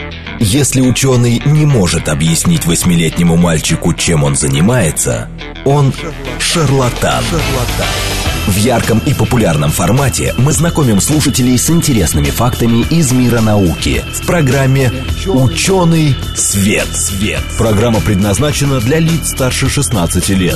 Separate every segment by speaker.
Speaker 1: Если ученый не может объяснить 8-летнему мальчику, чем он занимается, он шарлатан. В ярком и популярном формате мы знакомим слушателей с интересными фактами из мира науки в программе «Ученый свет». Программа предназначена для лиц старше 16 лет.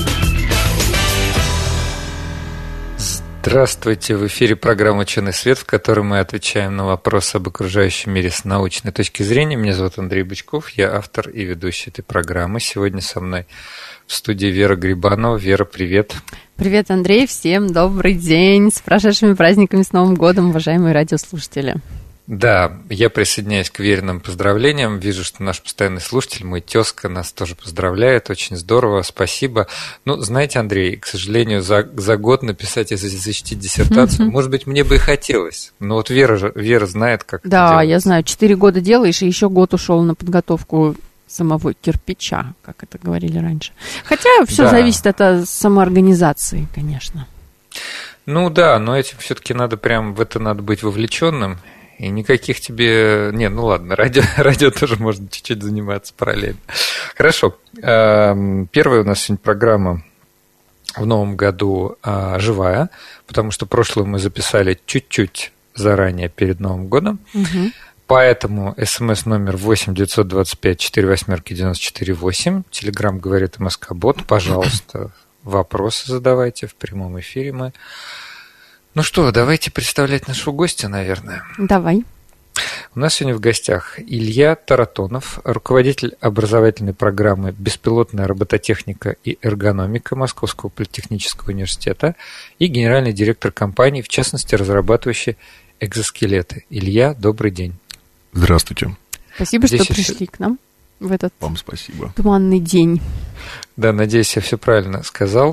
Speaker 2: Здравствуйте, в эфире программа «Ученый свет», в которой мы отвечаем на вопросы об окружающем мире с научной точки зрения. Меня зовут Андрей Бычков, я автор и ведущий этой программы. Сегодня со мной в студии Вера Грибанова. Вера, привет.
Speaker 3: Привет, Андрей, всем добрый день. С прошедшими праздниками, с Новым годом, уважаемые радиослушатели.
Speaker 2: Да, я присоединяюсь к Вериным поздравлениям. Вижу, что наш постоянный слушатель, мой тезка, нас тоже поздравляет. Очень здорово, спасибо. Ну, знаете, Андрей, к сожалению, за год написать и защитить диссертацию, может быть, мне бы и хотелось. Но вот Вера знает, как это делать.
Speaker 3: Да, я знаю, 4 года делаешь, и еще год ушел на подготовку самого кирпича, как это говорили раньше. Хотя все зависит от самоорганизации, конечно.
Speaker 2: Ну да, но этим все-таки надо в это надо быть вовлеченным. И никаких тебе... Не, ну ладно, радио тоже можно чуть-чуть заниматься параллельно. Хорошо. Первая у нас сегодня программа в новом году живая, потому что прошлую мы записали чуть-чуть заранее перед Новым годом. Угу. Поэтому смс-номер 8 925 48 94 8. Телеграм говорит МСК-бот. Пожалуйста, вопросы задавайте в прямом эфире мы. Ну что, давайте представлять нашего гостя, наверное.
Speaker 3: Давай.
Speaker 2: У нас сегодня в гостях Илья Таратонов, руководитель образовательной программы «Беспилотная робототехника и эргономика» Московского политехнического университета и генеральный директор компании, в частности, разрабатывающей экзоскелеты. Илья, добрый день.
Speaker 4: Здравствуйте.
Speaker 3: Спасибо, что пришли к нам в этот туманный день.
Speaker 2: Да, надеюсь, я все правильно сказал.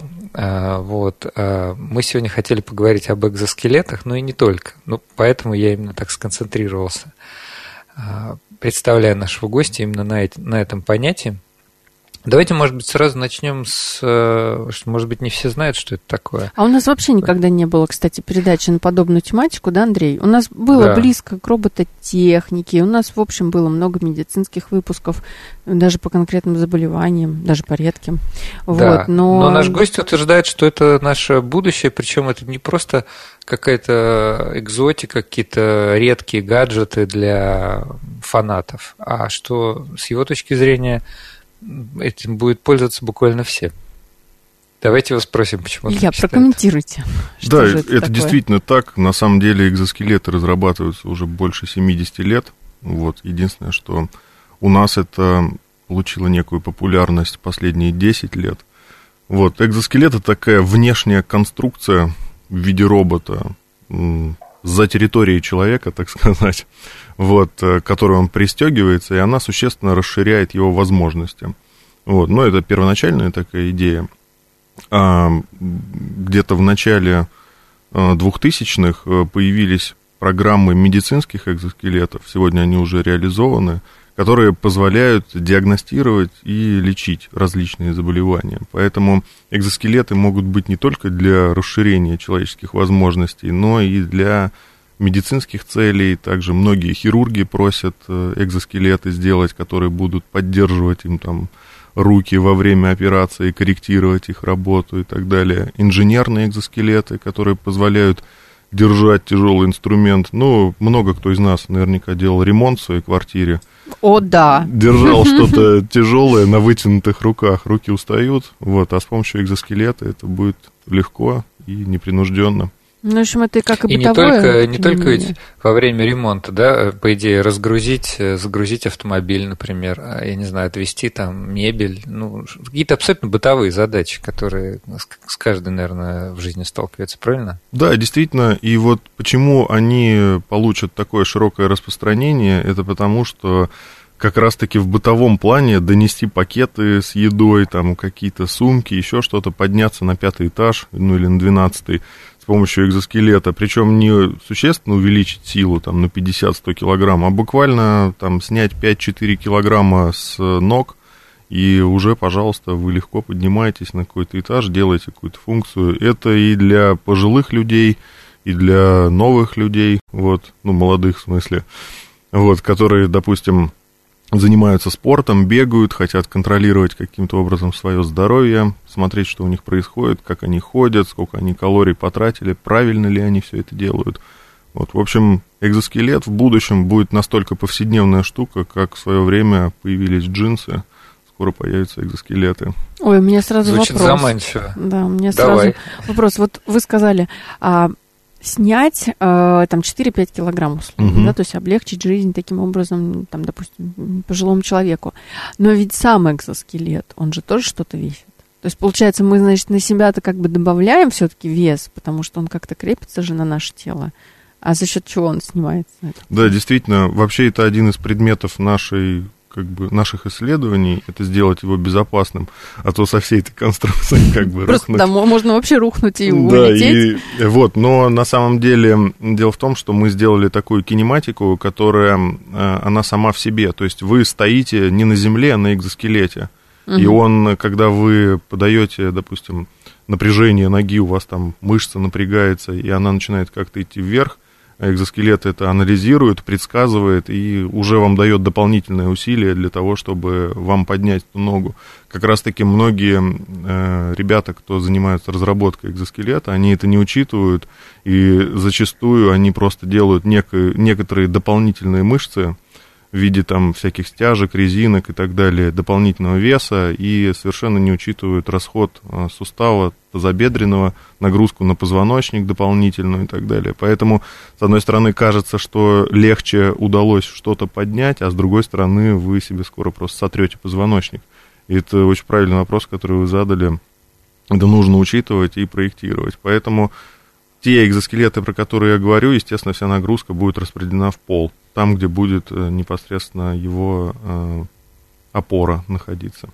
Speaker 2: Мы сегодня хотели поговорить об экзоскелетах, но и не только. Поэтому я именно так сконцентрировался, представляя нашего гостя именно на этом понятии. Давайте, может быть, сразу начнем может быть, не все знают, что это такое.
Speaker 3: А у нас вообще никогда не было, кстати, передачи на подобную тематику, да, Андрей? У нас было близко к робототехнике, у нас, в общем, было много медицинских выпусков, даже по конкретным заболеваниям, даже по редким.
Speaker 2: Да, но наш гость утверждает, что это наше будущее, причем это не просто какая-то экзотика, какие-то редкие гаджеты для фанатов, а что, с его точки зрения, этим будет пользоваться буквально все. Давайте его спросим, почему.
Speaker 3: Илья, прокомментируйте.
Speaker 4: Да, это действительно так. На самом деле экзоскелеты разрабатываются уже больше 70 лет. Единственное, что у нас это получило некую популярность последние 10 лет. Экзоскелет – это такая внешняя конструкция в виде робота за территорией человека, так сказать, которой он пристегивается, и она существенно расширяет его возможности. Но это первоначальная такая идея. Где-то в начале 2000-х появились программы медицинских экзоскелетов, сегодня они уже реализованы, которые позволяют диагностировать и лечить различные заболевания. Поэтому экзоскелеты могут быть не только для расширения человеческих возможностей, но и для медицинских целей. Также многие хирурги просят экзоскелеты сделать, которые будут поддерживать им руки во время операции, корректировать их работу и так далее. Инженерные экзоскелеты, которые позволяют держать тяжелый инструмент. Много кто из нас наверняка делал ремонт в своей квартире.
Speaker 3: О, да.
Speaker 4: Держал что-то тяжелое на вытянутых руках. Руки устают. А с помощью экзоскелета это будет легко и непринужденно.
Speaker 3: В общем, это как и бытовое.
Speaker 2: И не только ведь во время ремонта, да, по идее, загрузить автомобиль, например, я не знаю, отвезти мебель, какие-то абсолютно бытовые задачи, которые с каждой, наверное, в жизни сталкиваются, правильно?
Speaker 4: Да, действительно, и почему они получат такое широкое распространение, это потому, что как раз-таки в бытовом плане донести пакеты с едой, какие-то сумки, еще что-то, подняться на 5-й этаж, или на 12-й, с помощью экзоскелета, причем не существенно увеличить силу на 50-100 килограмм, а буквально снять 5-4 килограмма с ног, и уже, пожалуйста, вы легко поднимаетесь на какой-то этаж, делаете какую-то функцию. Это и для пожилых людей, и для новых людей, молодых в смысле, которые, допустим, занимаются спортом, бегают, хотят контролировать каким-то образом свое здоровье, смотреть, что у них происходит, как они ходят, сколько они калорий потратили, правильно ли они все это делают. Вот, в общем, экзоскелет в будущем будет настолько повседневная штука, как в свое время появились джинсы, скоро появятся экзоскелеты.
Speaker 3: Ой, у меня сразу
Speaker 2: Звучит
Speaker 3: вопрос.
Speaker 2: заманчиво.
Speaker 3: Да, у меня
Speaker 2: Давай.
Speaker 3: сразу вопрос. Вот вы сказали, снять там 4-5 килограмм условно, да, то есть облегчить жизнь таким образом, там, допустим, пожилому человеку. Но ведь сам экзоскелет, он же тоже что-то весит. То есть, получается, мы, значит, на себя-то как бы добавляем все-таки вес, потому что он как-то крепится же на наше тело. А за счет чего он снимается?
Speaker 4: Да, действительно, вообще это один из предметов наших исследований, это сделать его безопасным, а то со всей этой конструкцией как бы
Speaker 3: просто
Speaker 4: рухнуть.
Speaker 3: Да, можно вообще рухнуть и
Speaker 4: да,
Speaker 3: улететь.
Speaker 4: Но на самом деле дело в том, что мы сделали такую кинематику, которая, она сама в себе, то есть вы стоите не на земле, а на экзоскелете, и он, когда вы подаете, допустим, напряжение ноги, у вас там мышца напрягается, и она начинает как-то идти вверх, экзоскелет это анализирует, предсказывает и уже вам дает дополнительные усилия для того, чтобы вам поднять эту ногу. Как раз-таки многие ребята, кто занимаются разработкой экзоскелета, они это не учитывают, и зачастую они просто делают некоторые дополнительные мышцы в виде там всяких стяжек, резинок и так далее, дополнительного веса, и совершенно не учитывают расход сустава тазобедренного, нагрузку на позвоночник дополнительную и так далее. Поэтому, с одной стороны, кажется, что легче удалось что-то поднять, а с другой стороны, вы себе скоро просто сотрете позвоночник. И это очень правильный вопрос, который вы задали. Это нужно учитывать и проектировать. Поэтому те экзоскелеты, про которые я говорю, естественно, вся нагрузка будет распределена в пол, там, где будет непосредственно его опора находиться.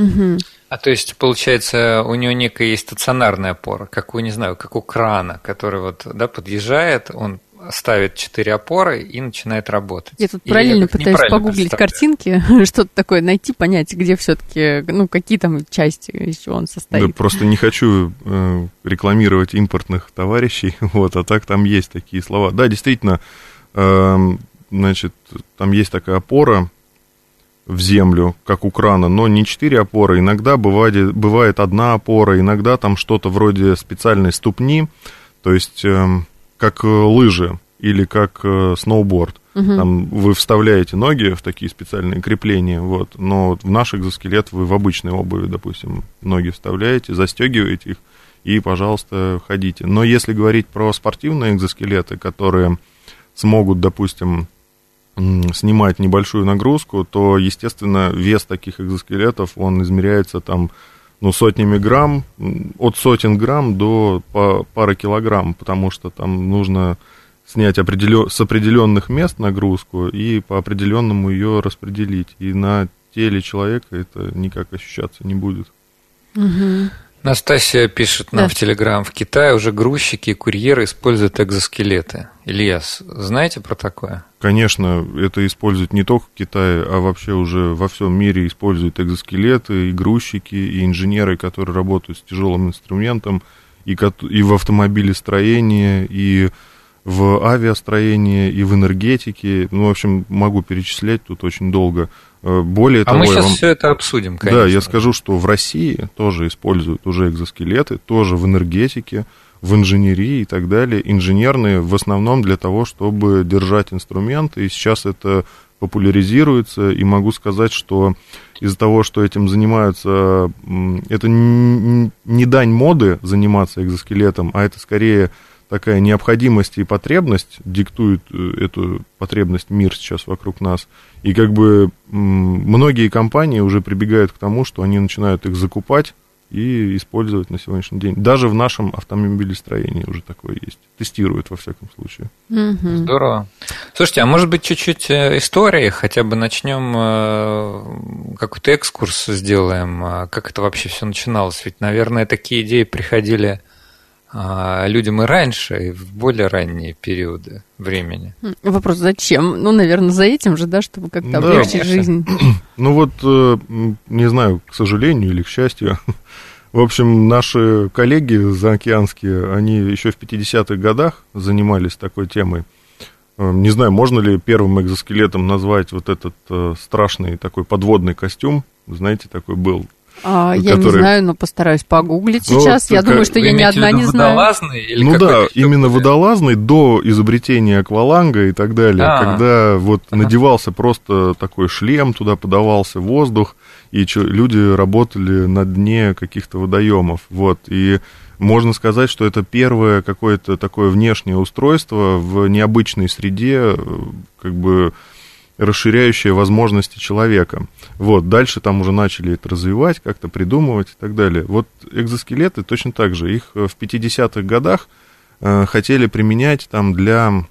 Speaker 2: А то есть, получается, у него некая есть стационарная опора, как у крана, который вот, да, подъезжает, он ставит 4 опоры и начинает работать.
Speaker 3: Я тут параллельно пытаюсь погуглить картинки, что-то такое найти, понять, где все-таки, какие там части, из чего он состоит.
Speaker 4: Да, просто не хочу рекламировать импортных товарищей, вот, а так там есть такие слова. Да, действительно, значит, там есть такая опора в землю, как у крана, но не 4 опоры, иногда бывает 1 опора, иногда там что-то вроде специальной ступни, то есть как лыжи или как сноуборд. Там вы вставляете ноги в такие специальные крепления, вот, но вот в наш экзоскелет вы в обычной обуви, допустим, ноги вставляете, застегиваете их и, пожалуйста, ходите. Но если говорить про спортивные экзоскелеты, которые смогут, допустим, снимать небольшую нагрузку, то, естественно, вес таких экзоскелетов, он измеряется там, сотнями грамм, от сотен грамм до пары килограмм, потому что там нужно снять с определенных мест нагрузку и по определенному ее распределить. И на теле человека это никак ощущаться не будет.
Speaker 2: Настасья пишет нам в Телеграм: в Китае уже грузчики и курьеры используют экзоскелеты. Ильяс, знаете про такое?
Speaker 4: Конечно, это используют не только в Китае, а вообще уже во всем мире используют экзоскелеты, и грузчики, и инженеры, которые работают с тяжелым инструментом, и в автомобилестроении, и в авиастроении, и в энергетике. В общем, могу перечислять тут очень долго. Более того,
Speaker 2: мы сейчас все это обсудим, конечно.
Speaker 4: Да, я скажу, что в России тоже используют уже экзоскелеты, тоже в энергетике, в инженерии и так далее. Инженерные в основном для того, чтобы держать инструменты, и сейчас это популяризируется, и могу сказать, что из-за того, что этим занимаются, это не дань моды заниматься экзоскелетом, а это скорее такая необходимость и потребность, диктует эту потребность мир сейчас вокруг нас. И как бы многие компании уже прибегают к тому, что они начинают их закупать и использовать на сегодняшний день. Даже в нашем автомобилестроении уже такое есть. Тестируют, во всяком случае.
Speaker 2: Здорово. Слушайте, а может быть чуть-чуть истории? Хотя бы начнем какой-то экскурс сделаем. Как это вообще все начиналось? Ведь, наверное, такие идеи приходили людям и раньше, и в более ранние периоды времени.
Speaker 3: Вопрос, зачем? Наверное, за этим же, да, чтобы как-то облегчить жизнь.
Speaker 4: Не знаю, к сожалению или к счастью. В общем, наши коллеги заокеанские, они еще в 50-х годах занимались такой темой. Не знаю, можно ли первым экзоскелетом назвать вот этот страшный такой подводный костюм. Знаете, такой был.
Speaker 3: Я не знаю, но постараюсь погуглить сейчас. Я думаю, что я ни одна не знаю.
Speaker 2: Водолазный? Или
Speaker 4: ну да, именно водолазный до изобретения акваланга и так далее. Когда вот надевался просто такой шлем, туда подавался воздух, и люди работали на дне каких-то водоемов. Вот, и можно сказать, что это первое какое-то такое внешнее устройство в необычной среде, как бы расширяющее возможности человека. Вот, дальше там уже начали это развивать, как-то придумывать и так далее. Вот экзоскелеты точно так же. Их в 50-х годах хотели применять там для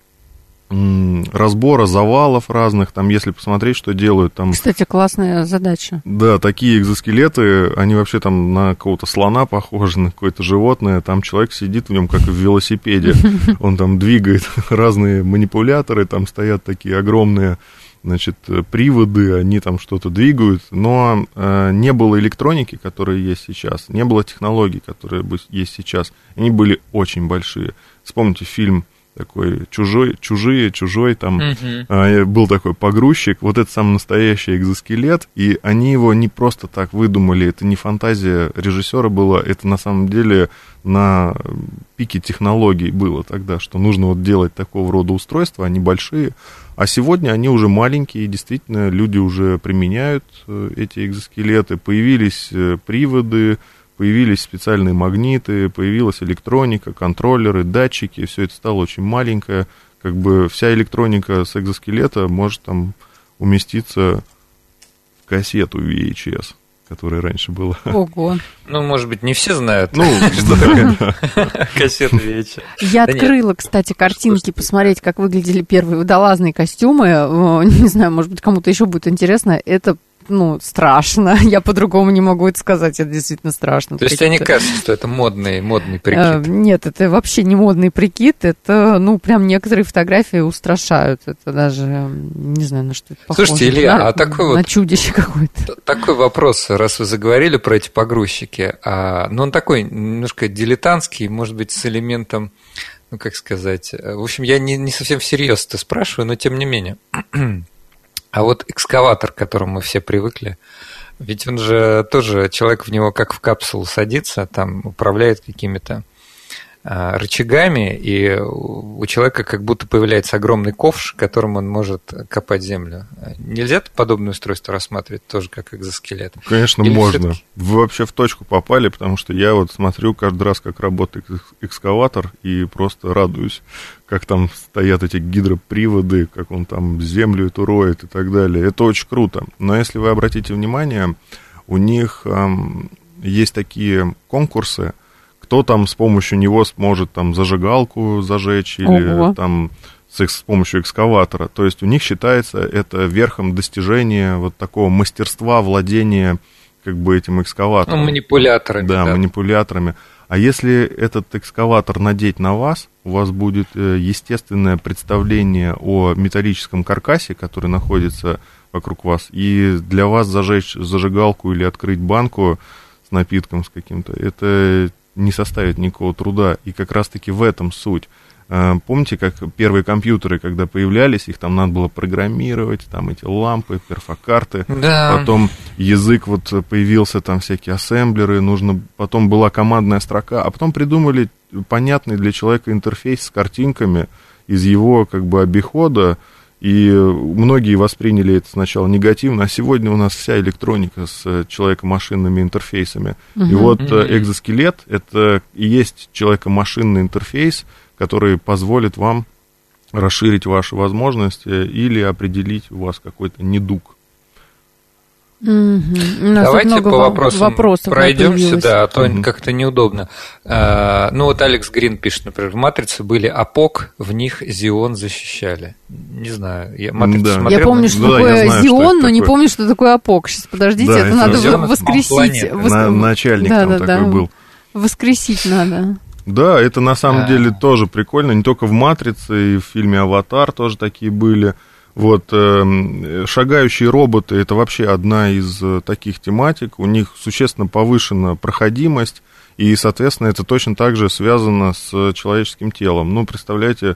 Speaker 4: разбора завалов разных, там, если посмотреть, что делают там...
Speaker 3: Кстати, классная задача.
Speaker 4: Да, такие экзоскелеты, они вообще там на какого-то слона похожи, на какое-то животное, там человек сидит в нем, как в велосипеде, он там двигает разные манипуляторы, там стоят такие огромные, значит, приводы, они там что-то двигают, но не было электроники, которая есть сейчас, не было технологий, которые есть сейчас, они были очень большие. Вспомните фильм такой «Чужой», там был такой погрузчик, вот это самый настоящий экзоскелет, и они его не просто так выдумали, это не фантазия режиссера была, это на самом деле на пике технологий было тогда, что нужно вот делать такого рода устройства, они большие, а сегодня они уже маленькие, и действительно люди уже применяют эти экзоскелеты, появились приводы, появились специальные магниты, появилась электроника, контроллеры, датчики, все это стало очень маленькое, как бы вся электроника с экзоскелета может там уместиться в кассету VHS, которая раньше была.
Speaker 3: Ого.
Speaker 2: Ну, может быть, не все знают,
Speaker 4: что
Speaker 2: такое кассета VHS.
Speaker 3: Я открыла, кстати, картинки, посмотреть, как выглядели первые водолазные костюмы. Не знаю, может быть, кому-то еще будет интересно. Это страшно. Я по-другому не могу это сказать. Это действительно страшно.
Speaker 2: То есть тебе не кажется, что это модный прикид?
Speaker 3: Нет, это вообще не модный прикид. Это, прям некоторые фотографии устрашают. Это даже, не знаю, на что это похоже.
Speaker 2: Слушайте, Илья,
Speaker 3: на чудище какое-то.
Speaker 2: Такой вопрос, раз вы заговорили про эти погрузчики. Он такой немножко дилетантский, может быть, с элементом, как сказать... В общем, я не совсем всерьез это спрашиваю, но тем не менее... А вот экскаватор, к которому мы все привыкли, ведь он же тоже, человек в него как в капсулу садится, там управляет какими-то рычагами, и у человека как будто появляется огромный ковш, которым он может копать землю. Нельзя подобное устройство рассматривать тоже как экзоскелет?
Speaker 4: Конечно, или можно. Все-таки... Вы вообще в точку попали, потому что я вот смотрю каждый раз, как работает экскаватор, и просто радуюсь, как там стоят эти гидроприводы, как он там землю эту роет и так далее. Это очень круто. Но если вы обратите внимание, у них есть такие конкурсы, кто там с помощью него сможет там зажигалку зажечь или там с помощью экскаватора. То есть у них считается это верхом достижения вот такого мастерства владения как бы этим экскаватором.
Speaker 2: Манипуляторами.
Speaker 4: Да, манипуляторами. А если этот экскаватор надеть на вас, у вас будет естественное представление о металлическом каркасе, который находится вокруг вас, и для вас зажечь зажигалку или открыть банку с напитком с каким-то, это не составит никакого труда, и как раз-таки в этом суть. Помните, как первые компьютеры, когда появлялись, их там надо было программировать, там эти лампы, перфокарты,
Speaker 2: да.
Speaker 4: Потом язык вот появился, там всякие ассемблеры, потом была командная строка, а потом придумали понятный для человека интерфейс с картинками из его как бы обихода, и многие восприняли это сначала негативно, а сегодня у нас вся электроника с человеко-машинными интерфейсами. И вот экзоскелет — это и есть человеко-машинный интерфейс, который позволит вам расширить ваши возможности или определить у вас какой-то недуг.
Speaker 2: Давайте по вопросам пройдемся, да, а то как-то неудобно. Вот Алекс Грин пишет, например, в «Матрице» были АПОК, в них Зион защищали. Не знаю, я «Матрицу» смотрел.
Speaker 3: Я помню, что такое Зион, но не помню, что такое АПОК. Сейчас, подождите, это надо воскресить.
Speaker 4: Начальник там такой был.
Speaker 3: Воскресить надо.
Speaker 4: Да, это на самом деле тоже прикольно, не только в «Матрице», и в фильме «Аватар» тоже такие были. Вот, шагающие роботы — это вообще одна из таких тематик, у них существенно повышена проходимость, и, соответственно, это точно так же связано с человеческим телом. Представляете,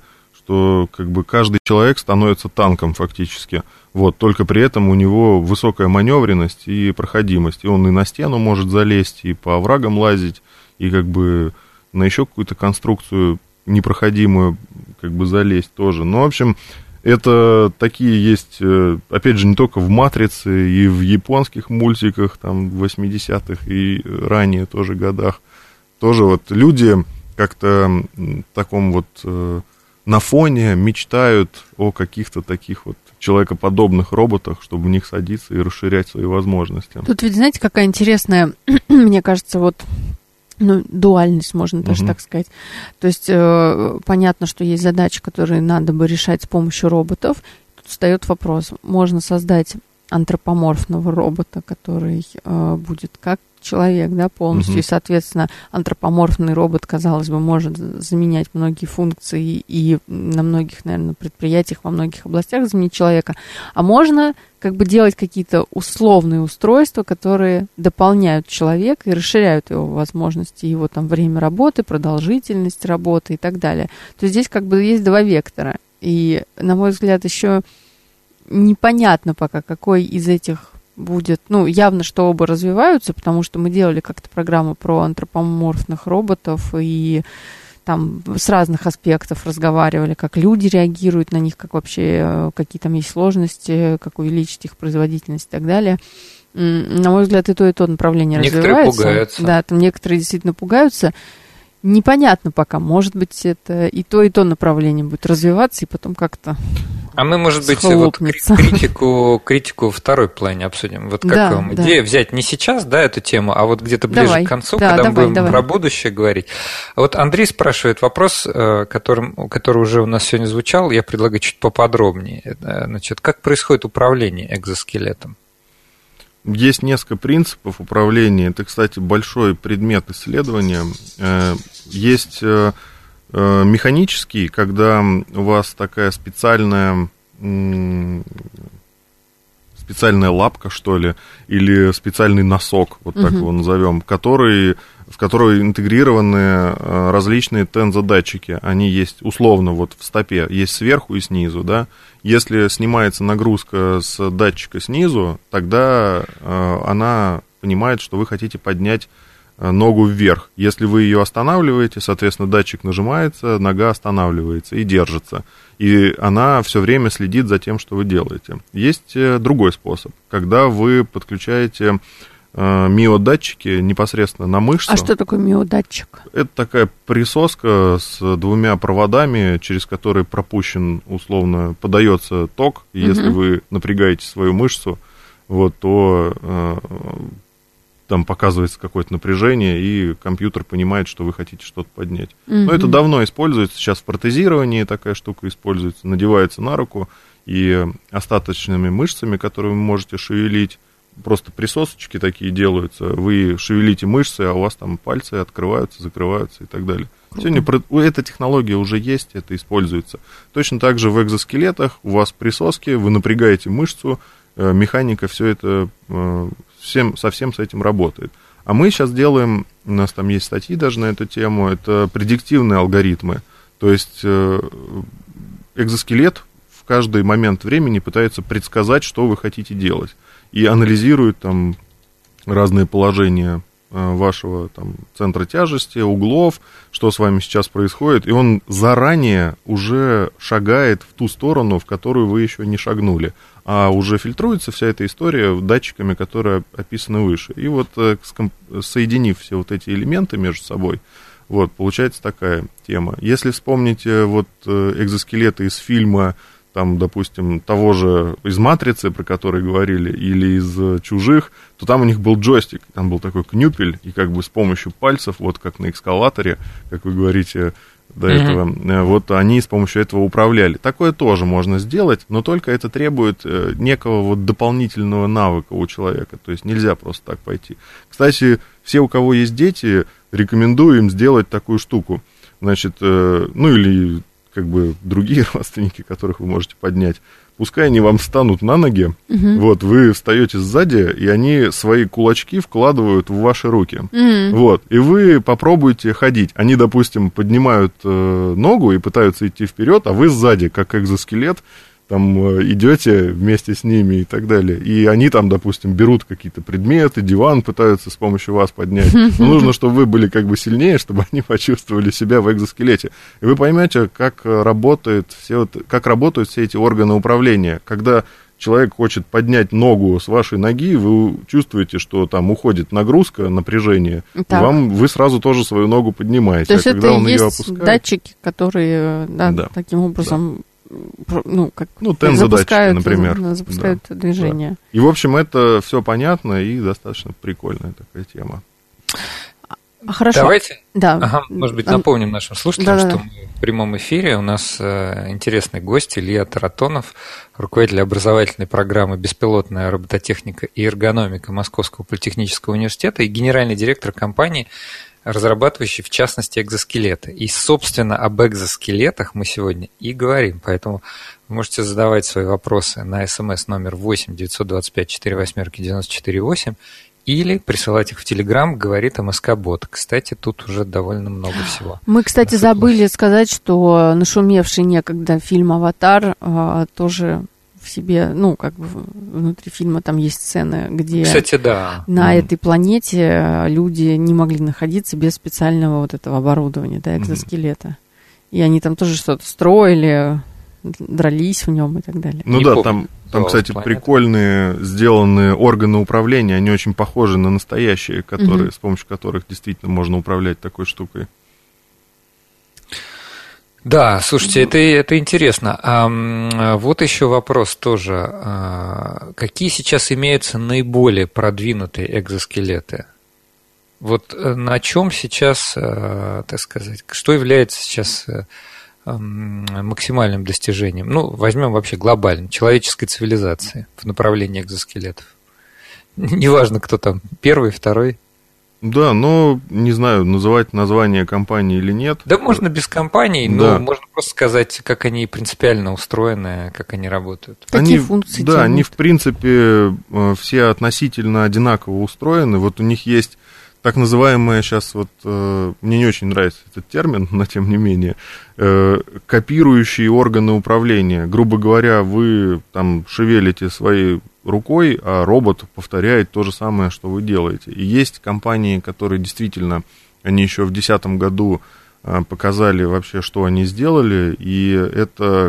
Speaker 4: что как бы каждый человек становится танком фактически. Вот, только при этом у него высокая маневренность и проходимость. И он и на стену может залезть, и по оврагам лазить, и как бы на еще какую-то конструкцию непроходимую как бы залезть тоже. Ну, в общем, это такие есть, опять же, не только в «Матрице», и в японских мультиках, там, в 80-х и ранее тоже годах. Тоже вот люди как-то в таком вот на фоне мечтают о каких-то таких вот человекоподобных роботах, чтобы в них садиться и расширять свои возможности.
Speaker 3: Тут ведь, знаете, какая интересная, мне кажется, вот, ну, дуальность, можно даже так сказать. То есть понятно, что есть задачи, которые надо бы решать с помощью роботов. Тут встает вопрос, можно создать антропоморфного робота, который будет как человек, да, полностью, и, соответственно, антропоморфный робот, казалось бы, может заменять многие функции и на многих, наверное, предприятиях, во многих областях заменить человека, а можно как бы делать какие-то условные устройства, которые дополняют человека и расширяют его возможности, его там время работы, продолжительность работы и так далее. То есть здесь как бы есть два вектора, и, на мой взгляд, еще непонятно пока, какой из этих будет, ну, явно, что оба развиваются, потому что мы делали как-то программу про антропоморфных роботов и там с разных аспектов разговаривали, как люди реагируют на них, как вообще, какие там есть сложности, как увеличить их производительность и так далее. На мой взгляд, и то направление
Speaker 2: некоторые
Speaker 3: развивается.
Speaker 2: Пугаются.
Speaker 3: Да, там некоторые действительно пугаются. Непонятно пока, может быть, это и то направление будет развиваться, и потом как-то
Speaker 2: А мы, может быть, вот критику второй плане обсудим. Вот как вам идея взять не сейчас, да, эту тему, а вот где-то ближе к концу, когда мы будем про будущее говорить. Вот Андрей спрашивает вопрос, который уже у нас сегодня звучал, я предлагаю чуть поподробнее. Значит, как происходит управление экзоскелетом?
Speaker 4: Есть несколько принципов управления. Это, кстати, большой предмет исследования. Есть механический, когда у вас такая специальная лапка, что ли, или специальный носок, вот так его назовем, в который интегрированы различные тензодатчики. Они есть условно вот в стопе, есть сверху и снизу, да. Если снимается нагрузка с датчика снизу, тогда она понимает, что вы хотите поднять ногу вверх. Если вы ее останавливаете, соответственно, датчик нажимается, нога останавливается и держится. И она все время следит за тем, что вы делаете. Есть другой способ, когда вы подключаете миодатчики непосредственно на мышцу.
Speaker 3: А что такое миодатчик?
Speaker 4: Это такая присоска с двумя проводами, через которые пропущен, условно, подается ток. И если вы напрягаете свою мышцу, вот, то там показывается какое-то напряжение, и компьютер понимает, что вы хотите что-то поднять. Но это давно используется, сейчас в протезировании такая штука используется, надевается на руку, и остаточными мышцами, которые вы можете шевелить, просто присосочки такие делаются, вы шевелите мышцы, а у вас там пальцы открываются, закрываются и так далее. Сегодня эта технология уже есть, это используется. Точно так же в экзоскелетах у вас присоски, вы напрягаете мышцу, механика, все это совсем с этим работает. А мы сейчас делаем, у нас там есть статьи даже на эту тему, это предиктивные алгоритмы. То есть экзоскелет в каждый момент времени пытается предсказать, что вы хотите делать. И анализирует там разные положения вашего там центра тяжести, углов, что с вами сейчас происходит, и он заранее уже шагает в ту сторону, в которую вы еще не шагнули, а уже фильтруется вся эта история датчиками, которые описаны выше. И вот соединив все вот эти элементы между собой, вот, получается такая тема. Если вспомнить вот экзоскелеты из фильма, там, допустим, того же из «Матрицы», про который говорили, или из «Чужих», то там у них был джойстик, там был такой кнюпель, и как бы с помощью пальцев, вот как на эскалаторе, как вы говорите до этого, вот они с помощью этого управляли. Такое тоже можно сделать, но только это требует некого вот дополнительного навыка у человека, то есть нельзя просто так пойти. Кстати, все, у кого есть дети, рекомендую им сделать такую штуку, значит, ну или как бы другие родственники, которых вы можете поднять. пускай они вам встанут на ноги, вот, вы встаете сзади, и они свои кулачки вкладывают в ваши руки, вот, и вы попробуйте ходить. Они, допустим, поднимают ногу и пытаются идти вперед, а вы сзади, как экзоскелет, там идете вместе с ними и так далее. И они там, допустим, берут какие-то предметы, диван пытаются с помощью вас поднять. Но нужно, чтобы вы были как бы сильнее, чтобы они почувствовали себя в экзоскелете. И вы поймете, как работают все эти органы управления. Когда человек хочет поднять ногу с вашей ноги, вы чувствуете, что там уходит нагрузка, напряжение, и вы сразу тоже свою ногу поднимаете.
Speaker 3: То есть это и есть датчики, которые таким образом...
Speaker 4: TENS-задатчики, например.
Speaker 3: Запускают движение.
Speaker 4: Да. И, в общем, это все понятно и достаточно прикольная такая тема.
Speaker 3: Хорошо.
Speaker 2: Давайте, может быть, напомним нашим слушателям, что мы в прямом эфире. У нас интересный гость Илья Таратонов, руководитель образовательной программы «Беспилотная робототехника и эргономика» Московского политехнического университета и генеральный директор компании, разрабатывающий, в частности, экзоскелеты. И, собственно, об экзоскелетах мы сегодня и говорим. Поэтому вы можете задавать свои вопросы на СМС номер 8 925 48 94 8 или присылать их в Телеграм, говорит МСК-бот. Кстати, тут уже довольно много всего.
Speaker 3: Мы, кстати, забыли сказать, что нашумевший некогда фильм «Аватар» тоже... в себе, внутри фильма там есть сцены, где на этой планете люди не могли находиться без специального вот этого оборудования, экзоскелета. И они там тоже что-то строили, дрались в нем и так далее.
Speaker 4: Там, кстати, прикольные сделанные органы управления, они очень похожи на настоящие, которые, с помощью которых действительно можно управлять такой штукой.
Speaker 2: Да, слушайте, это интересно. Вот еще вопрос тоже. Какие сейчас имеются наиболее продвинутые экзоскелеты? Вот на чем сейчас, так сказать, что является сейчас максимальным достижением? Возьмем вообще глобально, человеческой цивилизации в направлении экзоскелетов. Неважно, кто там, первый, второй.
Speaker 4: Да, не знаю, называть название компании или нет.
Speaker 2: Да, можно без компаний, но можно просто сказать, как они принципиально устроены, как они работают.
Speaker 3: Какие функции делают?
Speaker 4: Да, они, в принципе, все относительно одинаково устроены. Вот у них есть так называемые сейчас, мне не очень нравится этот термин, но тем не менее, копирующие органы управления. Грубо говоря, вы там шевелите своей рукой, а робот повторяет то же самое, что вы делаете. И есть компании, которые действительно, они еще в 2010 году показали вообще, что они сделали, и это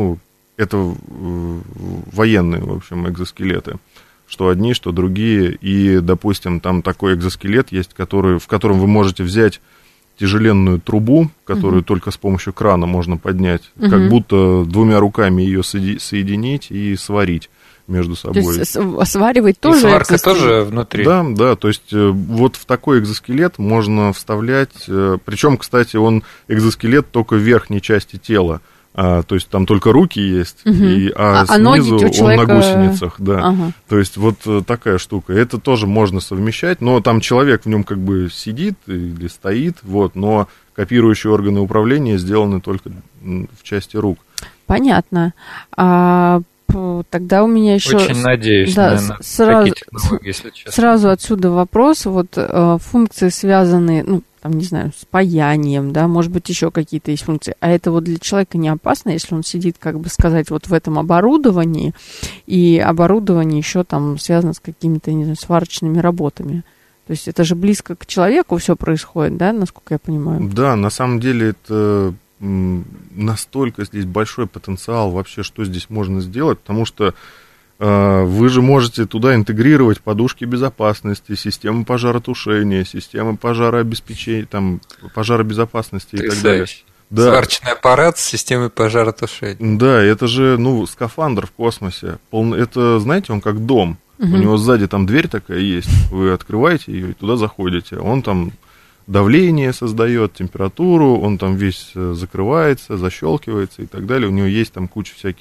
Speaker 4: военные, в общем, экзоскелеты. Что одни, что другие, и, допустим, там такой экзоскелет есть, в котором вы можете взять тяжеленную трубу, которую только с помощью крана можно поднять, как будто двумя руками ее соединить и сварить между собой.
Speaker 3: То есть сваривать тоже? И
Speaker 2: сварка тоже внутри?
Speaker 4: Да, то есть вот в такой экзоскелет можно вставлять, причем, кстати, он экзоскелет только в верхней части тела. То есть там только руки есть, а снизу он на гусеницах, То есть вот такая штука. Это тоже можно совмещать, но там человек в нем как бы сидит или стоит, но копирующие органы управления сделаны только в части рук.
Speaker 3: Понятно. Тогда у меня еще...
Speaker 2: Очень надеюсь на такие технологии, если честно.
Speaker 3: Сразу отсюда вопрос. Функции, связанные, не знаю, с паянием, может быть, еще какие-то есть функции. А это для человека не опасно, если он сидит, в этом оборудовании, и оборудование еще там связано с какими-то, не знаю, сварочными работами. То есть это же близко к человеку все происходит, насколько я понимаю? Да,
Speaker 4: на самом деле это... настолько здесь большой потенциал вообще, что здесь можно сделать, потому что вы же можете туда интегрировать подушки безопасности, системы пожаротушения, системы пожарообеспечения, пожаробезопасности и так далее.
Speaker 2: Да. Сварочный аппарат с системой пожаротушения.
Speaker 4: Да, это же, скафандр в космосе. Это, знаете, он как дом. У него сзади там дверь такая есть, вы открываете ее и туда заходите. Он там давление создает, температуру, он там весь закрывается, защелкивается и так далее. У него есть там куча всяких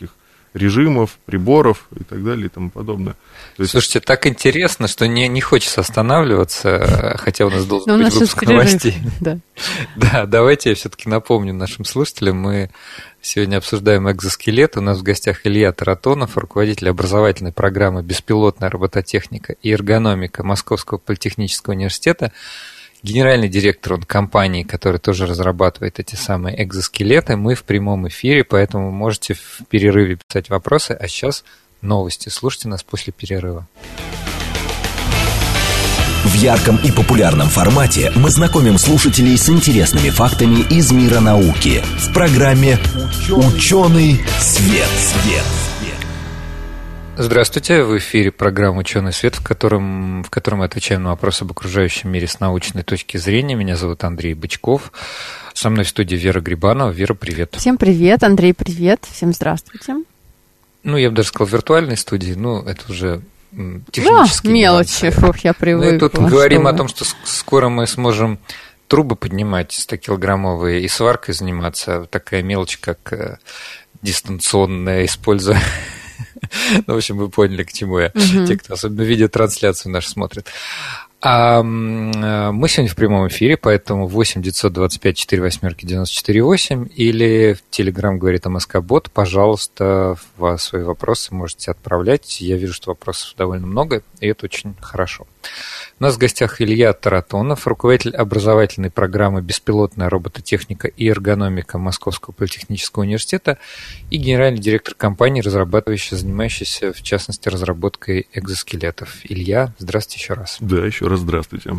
Speaker 4: режимов, приборов и так далее и тому подобное. То есть...
Speaker 2: Слушайте, так интересно, что не хочется останавливаться, хотя у нас должен быть выпуск новостей. Да, давайте я все-таки напомню нашим слушателям, мы сегодня обсуждаем экзоскелет. У нас в гостях Илья Таратонов, руководитель образовательной программы «Беспилотная робототехника и эргономика» Московского политехнического университета, генеральный директор компании, которая тоже разрабатывает эти самые экзоскелеты. Мы в прямом эфире, поэтому можете в перерыве писать вопросы, а сейчас новости. Слушайте нас после перерыва.
Speaker 1: В ярком и популярном формате мы знакомим слушателей с интересными фактами из мира науки в программе «Ученый свет».
Speaker 2: Здравствуйте, в эфире программа «Ученый свет», в котором мы отвечаем на вопросы об окружающем мире с научной точки зрения. Меня зовут Андрей Бычков. Со мной в студии Вера Грибанова. Вера, привет.
Speaker 3: Всем привет, Андрей, привет. Всем здравствуйте.
Speaker 2: Я бы даже сказал, в виртуальной студии, это уже технически.
Speaker 3: Да, мелочи, я привыкла.
Speaker 2: Мы тут говорим о том, что скоро мы сможем трубы поднимать 100-килограммовые и сваркой заниматься. Такая мелочь, как дистанционное использование. В общем, вы поняли, к чему я. Те, кто особенно видят трансляцию нашу, смотрят. А мы сегодня в прямом эфире, поэтому 8 925 48 94 8 или в Telegram говорит МСК-бот. Пожалуйста, свои вопросы можете отправлять. Я вижу, что вопросов довольно много, и это очень хорошо. У нас в гостях Илья Таратонов, руководитель образовательной программы «Беспилотная робототехника и эргономика» Московского политехнического университета и генеральный директор компании, занимающаяся, в частности, разработкой экзоскелетов. Илья, здравствуйте еще раз.
Speaker 4: Да, еще раз здравствуйте.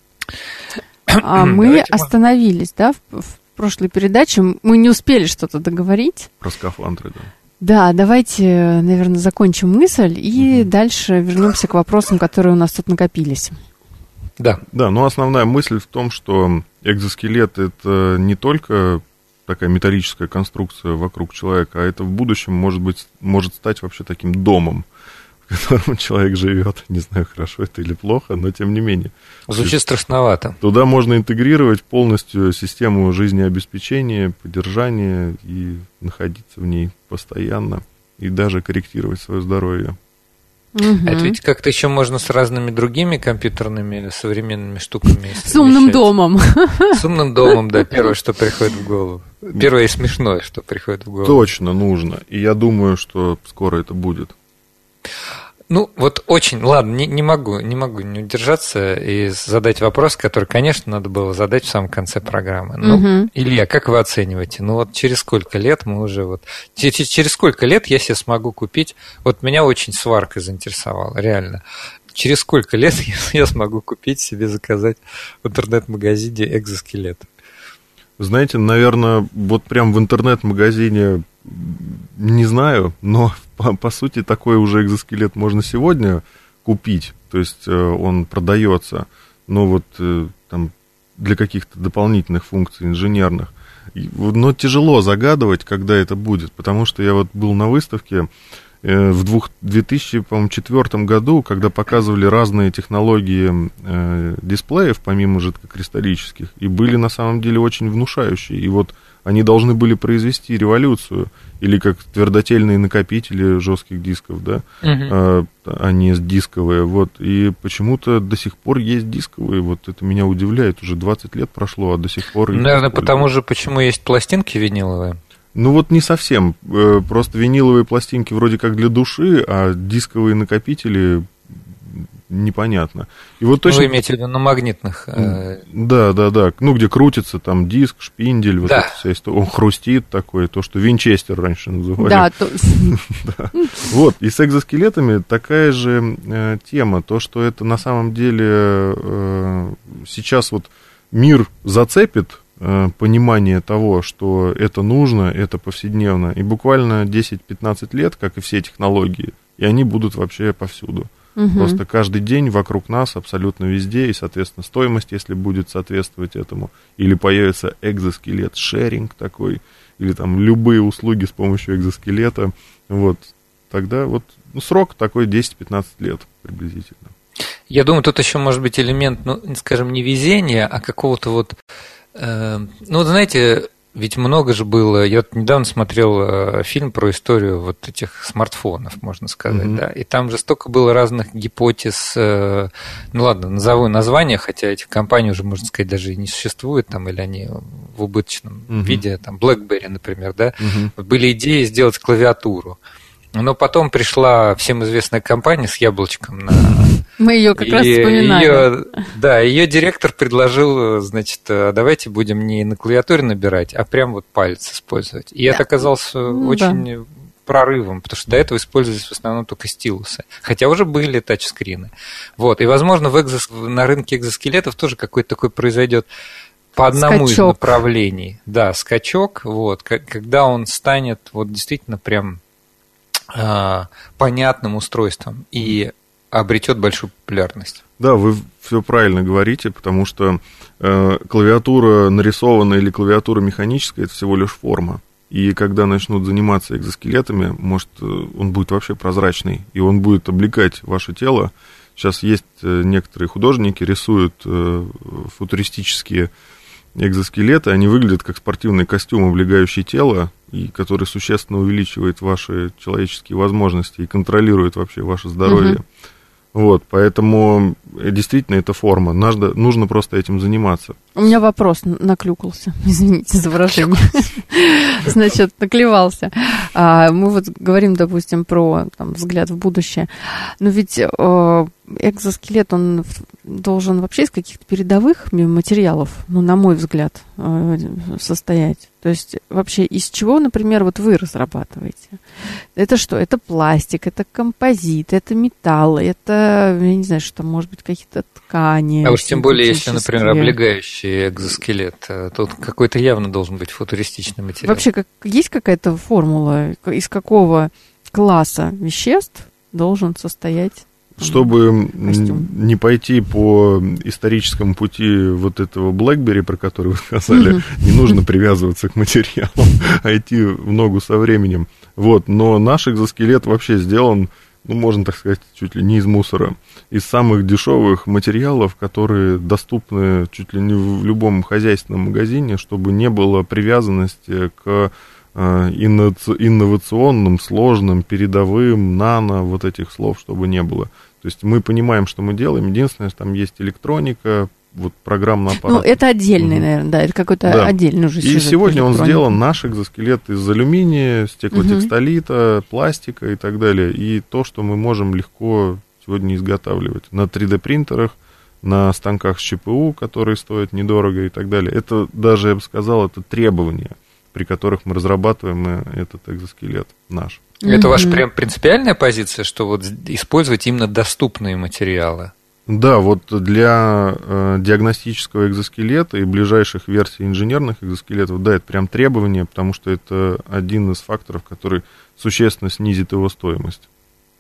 Speaker 3: Мы остановились, в прошлой передаче. Мы не успели что-то договорить.
Speaker 4: Про скафандры, да.
Speaker 3: Да, давайте, наверное, закончим мысль и дальше вернемся к вопросам, которые у нас тут накопились.
Speaker 2: Да.
Speaker 4: Да, основная мысль в том, что экзоскелет – это не только такая металлическая конструкция вокруг человека, а это в будущем может стать вообще таким домом, в котором человек живет. Не знаю, хорошо это или плохо, но тем не менее.
Speaker 2: Звучит страшновато.
Speaker 4: Туда можно интегрировать полностью систему жизнеобеспечения, поддержания и находиться в ней постоянно, и даже корректировать свое здоровье.
Speaker 2: Это ведь как-то еще можно с разными другими компьютерными современными штуками.
Speaker 3: С умным домом.
Speaker 2: С умным домом, да, первое, что приходит в голову. Первое и смешное, что приходит в голову.
Speaker 4: Точно нужно. И я думаю, что скоро это будет.
Speaker 2: Очень, ладно, не могу не удержаться и задать вопрос, который, конечно, надо было задать в самом конце программы. Илья, как вы оцениваете? Через сколько лет мы уже через сколько лет я себе смогу купить? Меня очень сварка заинтересовала, реально. Через сколько лет я смогу купить себе, заказать в интернет-магазине экзоскелет?
Speaker 4: Знаете, наверное, прям в интернет-магазине не знаю, но по сути такой уже экзоскелет можно сегодня купить, то есть он продается, но там для каких-то дополнительных функций инженерных. Но тяжело загадывать, когда это будет, потому что я был на выставке в 2004 году, когда показывали разные технологии дисплеев, помимо жидкокристаллических, и были на самом деле очень внушающие. И они должны были произвести революцию, или как твердотельные накопители жестких дисков, да, а не дисковые. И почему-то до сих пор есть дисковые. Это меня удивляет. Уже 20 лет прошло, а до сих пор...
Speaker 2: Наверное, почему есть пластинки виниловые?
Speaker 4: Не совсем. Просто виниловые пластинки вроде как для души, а дисковые накопители непонятно. И точно...
Speaker 2: Вы имеете в виду на магнитных?
Speaker 4: Да. Где крутится там диск, шпиндель, эта вся история. Он хрустит такой, то, что винчестер раньше называли.
Speaker 3: Да.
Speaker 4: И с экзоскелетами такая же тема. То, что это на самом деле сейчас мир зацепит, понимание того, что это нужно, это повседневно. И буквально 10-15 лет, как и все технологии, и они будут вообще повсюду. Просто каждый день вокруг нас, абсолютно везде, и, соответственно, стоимость, если будет соответствовать этому, или появится экзоскелет, шеринг такой, или там любые услуги с помощью экзоскелета, тогда срок такой 10-15 лет приблизительно.
Speaker 2: Я думаю, тут еще может быть элемент, скажем, не везения, а какого-то знаете, ведь много же было. Я вот недавно смотрел фильм про историю вот этих смартфонов, можно сказать, да, и там же столько было разных гипотез. Ну ладно, назову названия, хотя этих компаний уже, можно сказать, даже и не существует, там, или они в убыточном виде, там, BlackBerry, например, да. Были идеи сделать клавиатуру. Но потом пришла всем известная компания с яблочком на...
Speaker 3: Мы ее как раз вспоминали.
Speaker 2: Ее директор предложил, значит, давайте будем не на клавиатуре набирать, а прям вот палец использовать. И это оказалось очень прорывом, потому что до этого использовались в основном только стилусы. Хотя уже были тачскрины. Вот. И, возможно, на рынке экзоскелетов тоже какой-то такой произойдет по одному из направлений. Да, скачок, вот, когда он станет вот действительно прям понятным устройством и обретет большую популярность.
Speaker 4: Да, вы все правильно говорите, потому что клавиатура нарисованная или клавиатура механическая – это всего лишь форма. И когда начнут заниматься экзоскелетами, может, он будет вообще прозрачный, и он будет облекать ваше тело. Сейчас есть некоторые художники, рисуют футуристические экзоскелеты, они выглядят как спортивный костюм, облегающий тело, и который существенно увеличивает ваши человеческие возможности и контролирует вообще ваше здоровье. Вот, поэтому действительно это форма. Нужно просто этим заниматься.
Speaker 3: У меня вопрос наклюкался. Извините за выражение. Значит, наклевался. Мы вот говорим, допустим, про взгляд в будущее. Но ведь экзоскелет, он должен вообще из каких-то передовых материалов, ну, на мой взгляд, состоять. То есть вообще из чего, например, вот вы разрабатываете? Это что? Это пластик, это композит, это металл, это, я не знаю, что может быть, какие-то ткани.
Speaker 2: А уж тем более, если, например, облегающий экзоскелет, тут какой-то явно должен быть футуристичный материал.
Speaker 3: Вообще, есть какая-то формула, из какого класса веществ должен состоять?
Speaker 4: Чтобы не пойти по историческому пути вот этого BlackBerry, про который вы сказали, не нужно привязываться к материалам, а идти в ногу со временем. Вот. Но наш экзоскелет вообще сделан, ну, можно так сказать, чуть ли не из мусора. Из самых дешевых материалов, которые доступны чуть ли не в любом хозяйственном магазине, чтобы не было привязанности к инновационным, сложным, передовым, нано, вот этих слов, чтобы не было. То есть мы понимаем, что мы делаем. Единственное, что там есть электроника, вот программный аппарат.
Speaker 3: Ну, это отдельный, наверное, да, это какой-то отдельный уже сюжет.
Speaker 4: И сегодня он сделан, наш экзоскелет, из алюминия, стеклотекстолита, пластика и так далее. И то, что мы можем легко сегодня изготавливать на 3D-принтерах, на станках с ЧПУ, которые стоят недорого и так далее. Это даже, я бы сказал, это требования, при которых мы разрабатываем этот экзоскелет наш.
Speaker 2: Это ваша прям принципиальная позиция, что вот использовать именно доступные материалы?
Speaker 4: Да, вот для диагностического экзоскелета и ближайших версий инженерных экзоскелетов, да, это прям требование, потому что это один из факторов, который существенно снизит его стоимость.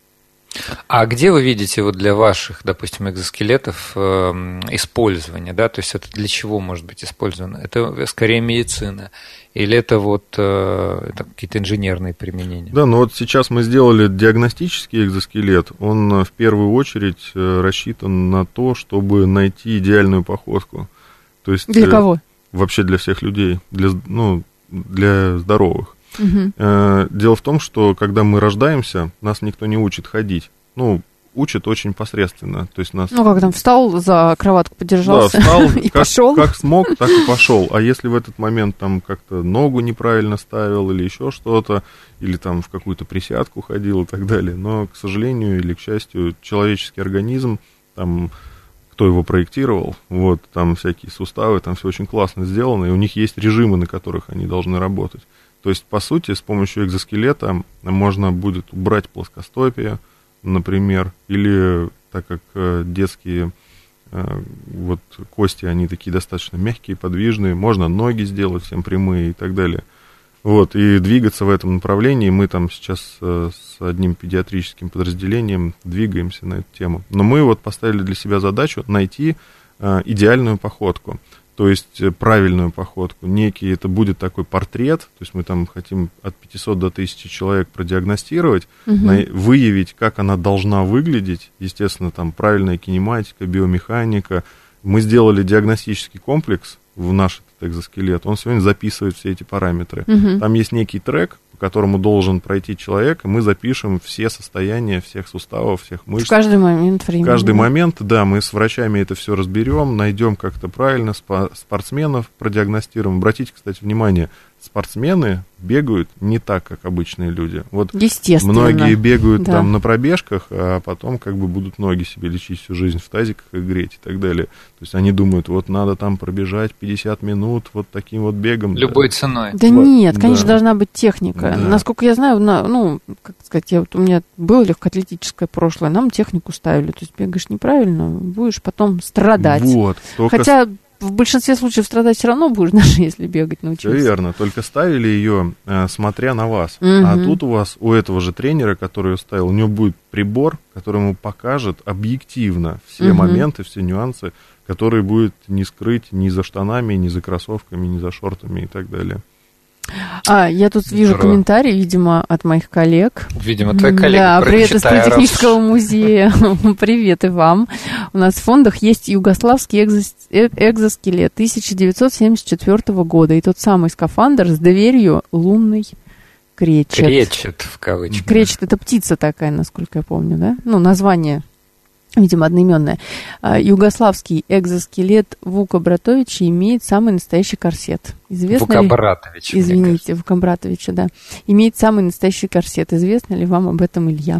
Speaker 2: А где вы видите вот для ваших, допустим, экзоскелетов использование, да, то есть это для чего может быть использовано? Это скорее медицина или это вот это какие-то инженерные применения?
Speaker 4: Да, ну вот сейчас мы сделали диагностический экзоскелет, он в первую очередь рассчитан на то, чтобы найти идеальную походку. То есть,
Speaker 3: для кого?
Speaker 4: Вообще для всех людей, для здоровых. Дело в том, что когда мы рождаемся, нас никто не учит ходить. Ну, учат очень посредственно. То есть нас...
Speaker 3: Ну, как там, встал за кроватку, подержался, да, встал, и пошел.
Speaker 4: Как смог, так и пошел. А если в этот момент там как-то ногу неправильно ставил или еще что-то, или там в какую-то присядку ходил и так далее. Но, к сожалению или к счастью, человеческий организм, там, кто его проектировал, вот, там всякие суставы, там все очень классно сделано, и у них есть режимы, на которых они должны работать. То есть, по сути, с помощью экзоскелета можно будет убрать плоскостопие, например, или так как детские вот кости, они такие достаточно мягкие, подвижные, можно ноги сделать всем прямые и так далее. Вот, и двигаться в этом направлении мы там сейчас с одним педиатрическим подразделением двигаемся на эту тему. Но мы вот поставили для себя задачу найти идеальную походку. То есть правильную походку, некий, это будет такой портрет, то есть мы там хотим от 500 до 1000 человек продиагностировать, выявить, как она должна выглядеть, естественно, там правильная кинематика, биомеханика. Мы сделали диагностический комплекс в наш этот экзоскелет, он сегодня записывает все эти параметры. Там есть некий трек, по которому должен пройти человек, и мы запишем все состояния всех суставов, всех мышц.
Speaker 3: В каждый момент времени.
Speaker 4: В каждый момент, да, мы с врачами это все разберем, найдем как-то правильно, спортсменов продиагностируем. Обратите, кстати, внимание, спортсмены бегают не так, как обычные люди. Вот
Speaker 3: естественно.
Speaker 4: Многие бегают там на пробежках, а потом как бы будут ноги себе лечить всю жизнь в тазиках и греть и так далее. То есть они думают, вот надо там пробежать 50 минут вот таким вот бегом.
Speaker 2: Любой ценой.
Speaker 3: Да нет, конечно, должна быть техника. Да. Насколько я знаю, как сказать, у меня было легкоатлетическое прошлое, нам технику ставили. То есть бегаешь неправильно, будешь потом страдать.
Speaker 4: Вот.
Speaker 3: Хотя в большинстве случаев страдать все равно будешь, даже если бегать научиться.
Speaker 4: Все верно, только ставили ее, смотря на вас. А тут у этого же тренера, который ее ставил, у него будет прибор, который ему покажет объективно все моменты, все нюансы, которые будет не скрыть ни за штанами, ни за кроссовками, ни за шортами и так далее.
Speaker 3: Я тут вижу комментарий, видимо, от моих коллег.
Speaker 2: Видимо, твои коллеги.
Speaker 3: Да, привет из Политехнического музея. Привет и вам. У нас в фондах есть югославский экзоскелет 1974 года. И тот самый скафандр с дверью лунный кречет.
Speaker 2: Кречет, в кавычках.
Speaker 3: Кречет — это птица такая, насколько я помню, да? Ну, название, видимо, одноименное. Югославский экзоскелет Вука Братовича имеет самый настоящий корсет.
Speaker 2: Вука Братовича.
Speaker 3: Извините, Вука Братовича, да. Имеет самый настоящий корсет. Известно ли вам об этом, Илья?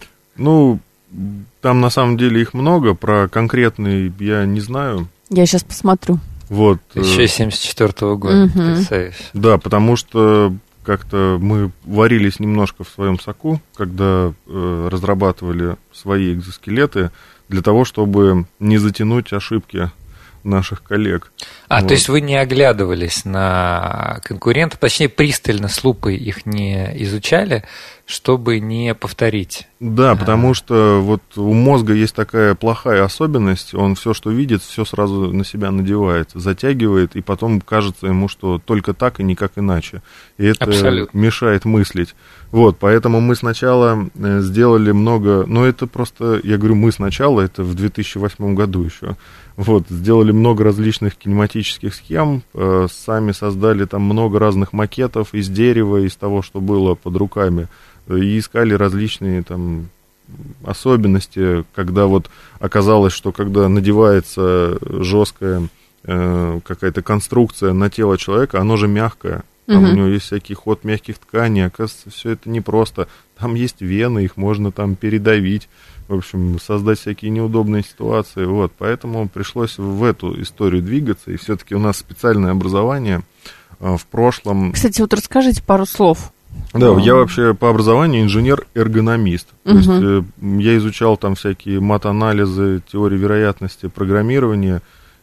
Speaker 4: Ну, там на самом деле их много. Про конкретный я не знаю.
Speaker 3: Я сейчас посмотрю.
Speaker 2: Вот. Еще 74-го года, представляешь.
Speaker 4: Да, потому что как-то мы варились немножко в своем соку, когда разрабатывали свои экзоскелеты, для того, чтобы не затянуть ошибки наших коллег.
Speaker 2: То есть вы не оглядывались на конкурентов, точнее, пристально с лупой их не изучали, чтобы не повторить.
Speaker 4: Да, потому что вот у мозга есть такая плохая особенность, он все, что видит, все сразу на себя надевает, затягивает, и потом кажется ему, что только так и никак иначе. И это мешает мыслить. Вот, поэтому мы сначала сделали много, но это просто, я говорю, мы сначала, это в 2008 году еще, вот, сделали много различных кинематических схем, сами создали там много разных макетов из дерева, из того, что было под руками, и искали различные там особенности, когда вот оказалось, что когда надевается жесткая какая-то конструкция на тело человека, оно же мягкое, там у него есть всякий ход мягких тканей, оказывается, все это непросто, там есть вены, их можно там передавить, в общем, создать всякие неудобные ситуации, вот, поэтому пришлось в эту историю двигаться, и все-таки у нас специальное образование в прошлом...
Speaker 3: Кстати, вот расскажите пару слов.
Speaker 4: Да, я вообще по образованию инженер-эргономист. То есть я изучал там всякие мат-анализы, теории вероятности, программирования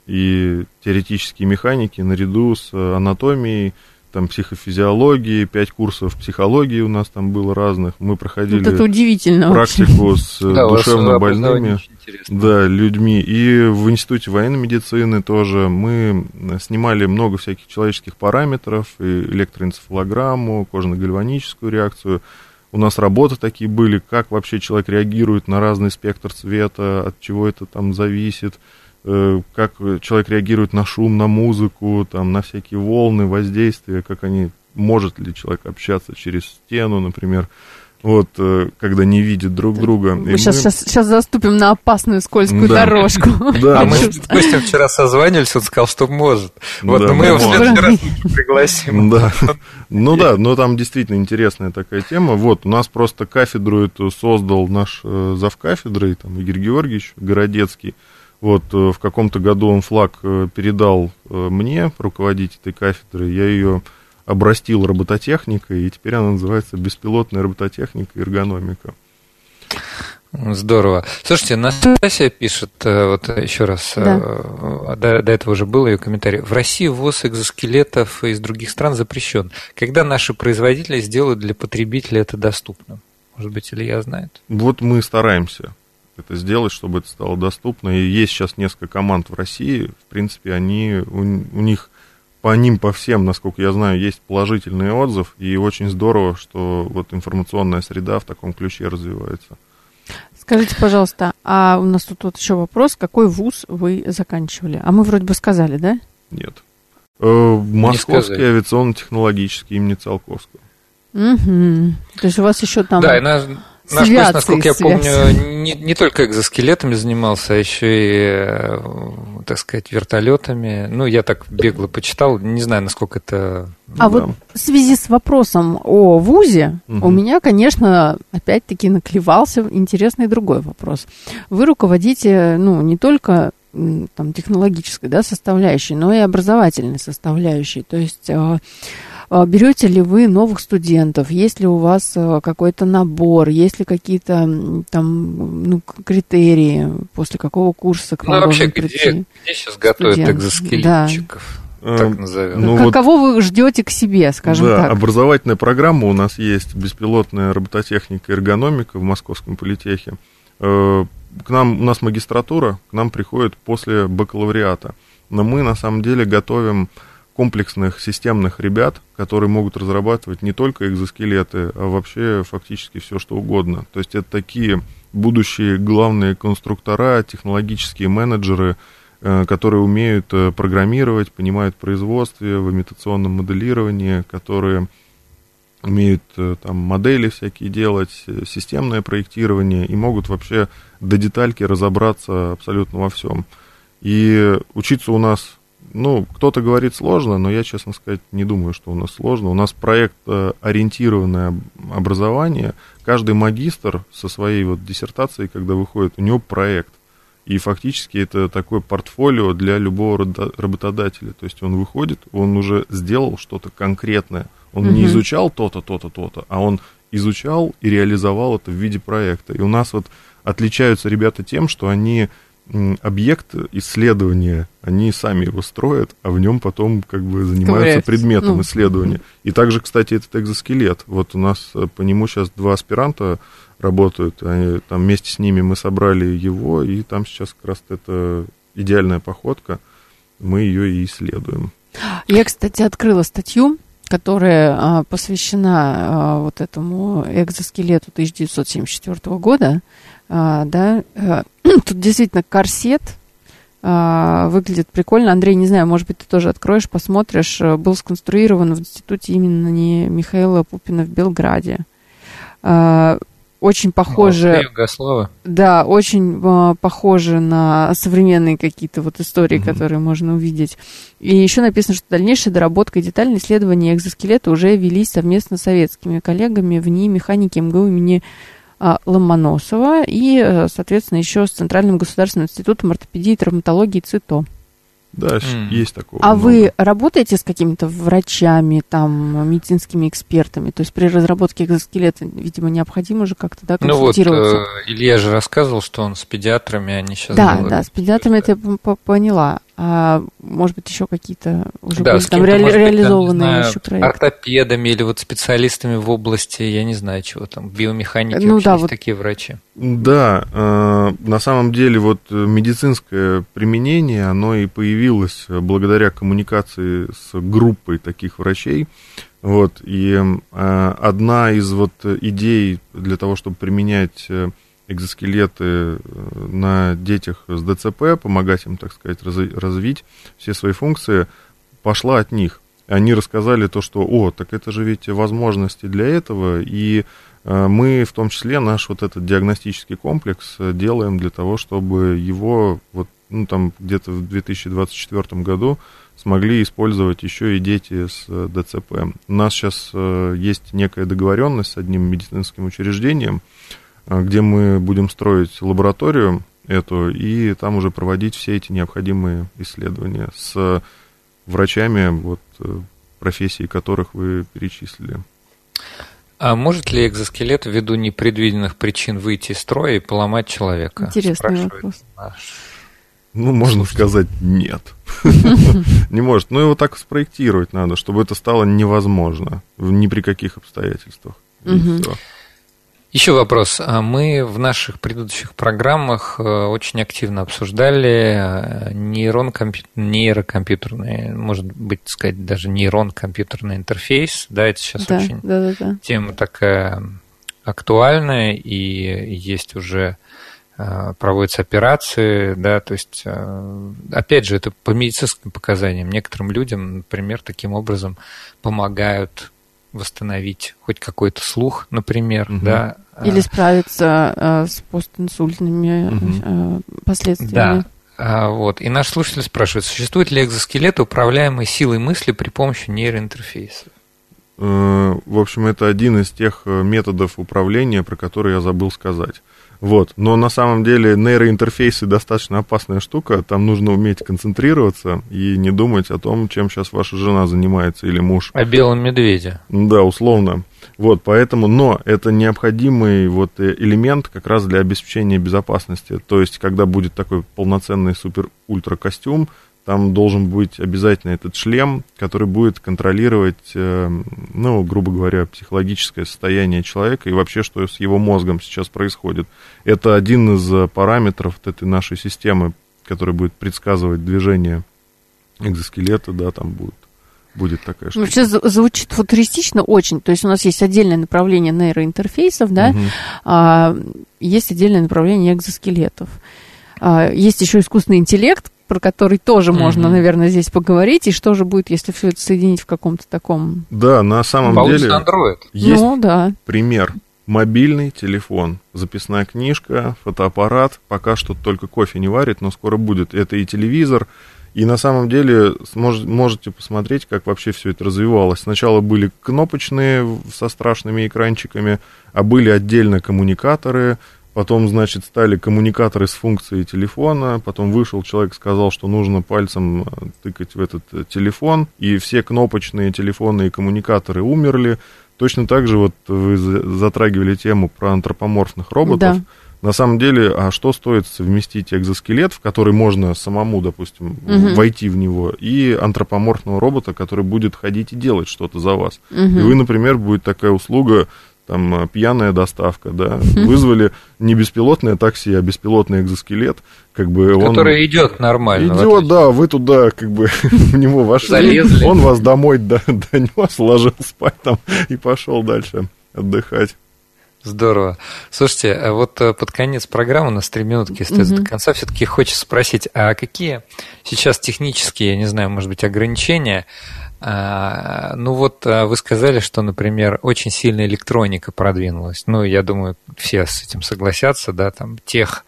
Speaker 4: и теоретические механики наряду с анатомией, там, психофизиологии, 5 курсов психологии у нас там было разных. Мы проходили
Speaker 3: вот это удивительно
Speaker 4: практику
Speaker 3: вообще.
Speaker 4: с душевно больными людьми. И в Институте военной медицины тоже мы снимали много всяких человеческих параметров, и электроэнцефалограмму, кожно-гальваническую реакцию. У нас работы такие были, как вообще человек реагирует на разный спектр цвета, от чего это там зависит, как человек реагирует на шум, на музыку, там, на всякие волны, воздействия, как они, может ли человек общаться через стену, например, вот, когда не видят друг друга.
Speaker 3: Мы сейчас заступим на опасную скользкую дорожку.
Speaker 2: Да, мы с Костем вчера созванивались, он сказал, что может. Вот, но мы его в следующий раз пригласим.
Speaker 4: Да. Ну да, но там действительно интересная такая тема. Вот, у нас просто кафедру эту создал наш завкафедрой, там, Игорь Георгиевич Городецкий. Вот, в каком-то году он флаг передал мне, руководить этой кафедрой, я ее обрастил робототехникой, и теперь она называется беспилотная робототехника и эргономика.
Speaker 2: Здорово. Слушайте, Настасья пишет, вот еще раз, до этого уже был ее комментарий. В России ввоз экзоскелетов из других стран запрещен. Когда наши производители сделают для потребителя это доступным? Может быть, Илья знает?
Speaker 4: Вот мы стараемся это сделать, чтобы это стало доступно. И есть сейчас несколько команд в России. В принципе, у них по ним, по всем, насколько я знаю, есть положительный отзыв. И очень здорово, что вот информационная среда в таком ключе развивается.
Speaker 3: Скажите, пожалуйста, а у нас тут вот еще вопрос. Какой вуз вы заканчивали? А мы вроде бы сказали, да?
Speaker 4: Нет. Московский авиационно-технологический имени Циолковского.
Speaker 3: Угу. То есть у вас еще там...
Speaker 2: Да, и наш гость, насколько я помню, не только экзоскелетами занимался, а еще и, так сказать, вертолетами. Ну, я так бегло почитал, не знаю, насколько это...
Speaker 3: Вот в связи с вопросом о вузе, у меня, конечно, опять-таки наклевался интересный другой вопрос. Вы руководите, не только там, технологической, да, составляющей, но и образовательной составляющей. То есть... Берете ли вы новых студентов? Есть ли у вас какой-то набор? Есть ли какие-то там критерии, после какого курса к вам должен прийти?
Speaker 2: Где сейчас готовят экзоскелетчиков? Да. Так назовем.
Speaker 3: Кого вы ждете к себе, скажем так?
Speaker 4: Образовательная программа у нас есть, беспилотная робототехника и эргономика в Московском политехе. У нас магистратура, к нам приходит после бакалавриата. Но мы на самом деле готовим комплексных, системных ребят, которые могут разрабатывать не только экзоскелеты, а вообще фактически все, что угодно. То есть это такие будущие главные конструктора, технологические менеджеры, которые умеют программировать, понимают производство, в имитационном моделировании, которые умеют там модели всякие делать, системное проектирование и могут вообще до детальки разобраться абсолютно во всем. И учиться у нас... кто-то говорит сложно, но я, честно сказать, не думаю, что у нас сложно. У нас проект-ориентированное образование. Каждый магистр со своей диссертацией, когда выходит, у него проект. И фактически это такое портфолио для любого работодателя. То есть он выходит, он уже сделал что-то конкретное. Он не изучал то-то, то-то, то-то, а он изучал и реализовал это в виде проекта. И у нас отличаются ребята тем, что они... объект исследования, они сами его строят, а в нем потом занимаются предметом исследования. И также, кстати, этот экзоскелет. Вот у нас по нему сейчас 2 аспиранта работают, там вместе с ними мы собрали его, и там сейчас как раз это идеальная походка, мы ее и исследуем.
Speaker 3: Я, кстати, открыла статью, которая посвящена этому экзоскелету 1974 года. Тут действительно корсет выглядит прикольно. Андрей, не знаю, может быть, ты тоже откроешь, посмотришь. Был сконструирован в институте имени Михаила Пупина в Белграде. Очень похоже...
Speaker 2: Югослава.
Speaker 3: Да, очень похоже на современные какие-то истории, которые можно увидеть. И еще написано, что дальнейшая доработка и детальные исследования экзоскелета уже велись совместно с советскими коллегами в НИИ механики МГУ имени Ломоносова и, соответственно, еще с Центральным государственным институтом ортопедии и травматологии ЦИТО.
Speaker 4: Да, есть такое.
Speaker 3: А много. Вы работаете с какими-то врачами, медицинскими экспертами? То есть при разработке экзоскелета, видимо, необходимо же как-то, консультироваться?
Speaker 2: Илья же рассказывал, что он с педиатрами, они сейчас...
Speaker 3: Да, с педиатрами это я поняла. А может быть, еще какие-то уже
Speaker 2: реализованные еще проекты? Ортопедами или специалистами в области, я не знаю, чего там, биомеханики, есть такие врачи.
Speaker 4: Да, на самом деле медицинское применение, оно и появилось благодаря коммуникации с группой таких врачей. И одна из идей для того, чтобы применять экзоскелеты на детях с ДЦП, помогать им, так сказать, развить все свои функции, пошла от них. Они рассказали то, что, так это же ведь возможности для этого, и мы, в том числе, наш этот диагностический комплекс делаем для того, чтобы его где-то в 2024 году смогли использовать еще и дети с ДЦП. У нас сейчас есть некая договоренность с одним медицинским учреждением, где мы будем строить лабораторию эту, и там уже проводить все эти необходимые исследования с врачами, профессии которых вы перечислили.
Speaker 2: А может ли экзоскелет ввиду непредвиденных причин выйти из строя и поломать человека?
Speaker 3: Интересный вопрос.
Speaker 4: Можно сказать, нет. Не может. Его так спроектировать надо, чтобы это стало невозможно ни при каких обстоятельствах.
Speaker 2: Еще вопрос. Мы в наших предыдущих программах очень активно обсуждали нейрокомпьютерный, может быть, сказать, даже нейрон-компьютерный интерфейс. Да, это сейчас очень тема такая актуальная, и есть уже проводятся операции, да, то есть, опять же, это по медицинским показаниям. Некоторым людям, например, таким образом помогают восстановить хоть какой-то слух, например, да.
Speaker 3: Или справиться с постинсультными последствиями.
Speaker 2: Да. Вот. И наш слушатель спрашивает, существуют ли экзоскелеты, управляемые силой мысли при помощи нейроинтерфейсов?
Speaker 4: В общем, это один из тех методов управления, про которые я забыл сказать. Вот. Но на самом деле нейроинтерфейсы достаточно опасная штука. Там нужно уметь концентрироваться и не думать о том, чем сейчас ваша жена занимается или муж.
Speaker 2: О белом медведе. Да,
Speaker 4: условно. Вот, поэтому, но это необходимый вот элемент как раз для обеспечения безопасности. То есть, когда будет такой полноценный супер-ультра костюм, там должен быть обязательно этот шлем, который будет контролировать, ну, грубо говоря, психологическое состояние человека и вообще, что с его мозгом сейчас происходит. Это один из параметров вот этой нашей системы, которая будет предсказывать движение экзоскелета, да, там будет такая штука.
Speaker 3: Вообще звучит футуристично очень. То есть у нас есть отдельное направление нейроинтерфейсов, да, есть отдельное направление экзоскелетов. Есть еще искусственный интеллект, про который тоже можно, наверное, здесь поговорить. И что же будет, если все это соединить в каком-то таком...
Speaker 4: Да, на самом деле
Speaker 2: Android.
Speaker 4: Есть пример. Мобильный телефон, записная книжка, фотоаппарат. Пока что только кофе не варит, но скоро будет. Это и телевизор. И на самом деле можете посмотреть, как вообще все это развивалось. Сначала были кнопочные со страшными экранчиками, а были отдельно коммуникаторы. Потом, значит, стали коммуникаторы с функцией телефона. Потом вышел человек, сказал, что нужно пальцем тыкать в этот телефон. И все кнопочные телефонные коммуникаторы умерли. Точно так же вот вы затрагивали тему про антропоморфных роботов. Да. На самом деле, а что стоит совместить экзоскелет, в который можно самому, допустим, войти в него, и антропоморфного робота, который будет ходить и делать что-то за вас. И вы, например, будет такая услуга... Там пьяная доставка, да, вызвали не беспилотное такси, а беспилотный экзоскелет, как бы он...
Speaker 2: Который идет нормально.
Speaker 4: Идет, да, вы туда, как бы, в него вошли, залезли. Он вас домой донес, ложил спать там и пошел дальше отдыхать.
Speaker 2: Здорово. Слушайте, а вот под конец программы, у нас 3 минутки остается до конца, все-таки хочется спросить, а какие сейчас технические, я не знаю, может быть, ограничения? Ну вот вы сказали, что, например, очень сильно электроника продвинулась. Ну, я думаю, все с этим согласятся, да, там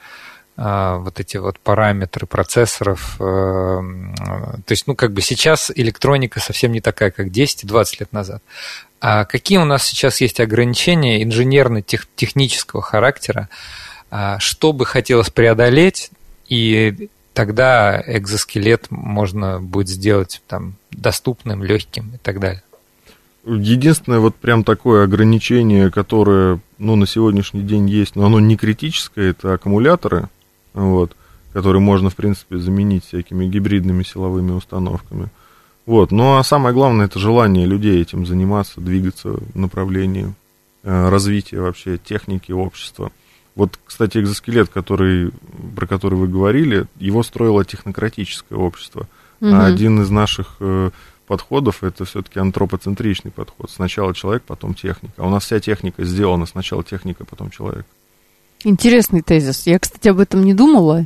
Speaker 2: вот эти вот параметры процессоров. То есть, ну, как бы сейчас электроника совсем не такая, как 10-20 лет назад. А какие у нас сейчас есть ограничения инженерно-технического характера, что бы хотелось преодолеть, и тогда экзоскелет можно будет сделать там доступным, легким и так далее?
Speaker 4: Единственное вот прям такое ограничение, которое, ну, на сегодняшний день есть, но оно не критическое, это аккумуляторы, вот, которые можно, в принципе, заменить всякими гибридными силовыми установками. Вот. Ну, а самое главное, это желание людей этим заниматься, двигаться в направлении развития вообще техники общества. Вот, кстати, экзоскелет, про который вы говорили, его строило технократическое общество. А один из наших подходов – это все-таки антропоцентричный подход. Сначала человек, потом техника. А у нас вся техника сделана, сначала техника, потом человек.
Speaker 3: Интересный тезис. Я, кстати, об этом не думала.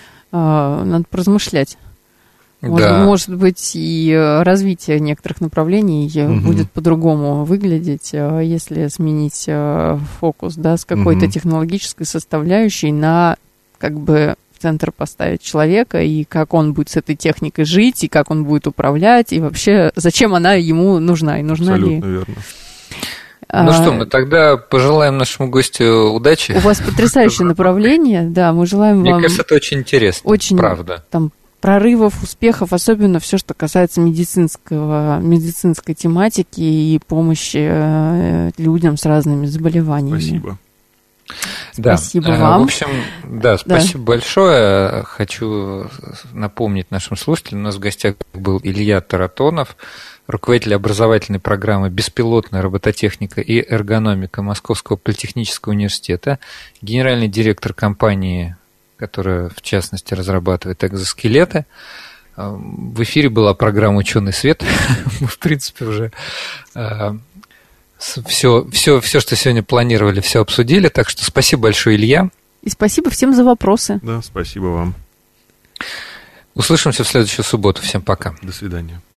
Speaker 3: Надо поразмышлять. Может быть, и развитие некоторых направлений будет по-другому выглядеть, если сменить фокус, да, с какой-то технологической составляющей на, как бы, в центр поставить человека, и как он будет с этой техникой жить, и как он будет управлять, и вообще, зачем она ему нужна, и нужна ли...
Speaker 4: Абсолютно верно.
Speaker 2: Ну что, мы тогда пожелаем нашему гостю удачи.
Speaker 3: У вас потрясающее направление, да, мы желаем вам...
Speaker 2: Мне кажется, это очень интересно, правда.
Speaker 3: Там, прорывов, успехов, особенно все, что касается медицинской тематики и помощи людям с разными заболеваниями.
Speaker 4: Спасибо.
Speaker 3: Спасибо вам.
Speaker 2: В общем, да, спасибо большое. Хочу напомнить нашим слушателям, у нас в гостях был Илья Таратонов, руководитель образовательной программы «Беспилотная робототехника и эргономика» Московского политехнического университета, генеральный директор компании, которая, в частности, разрабатывает экзоскелеты. В эфире была программа «Ученый свет». Мы, в принципе, уже все, что сегодня планировали, все обсудили. Так что спасибо большое, Илья.
Speaker 3: И спасибо всем за вопросы.
Speaker 4: Да, спасибо вам.
Speaker 2: Услышимся в следующую субботу. Всем пока.
Speaker 4: До свидания.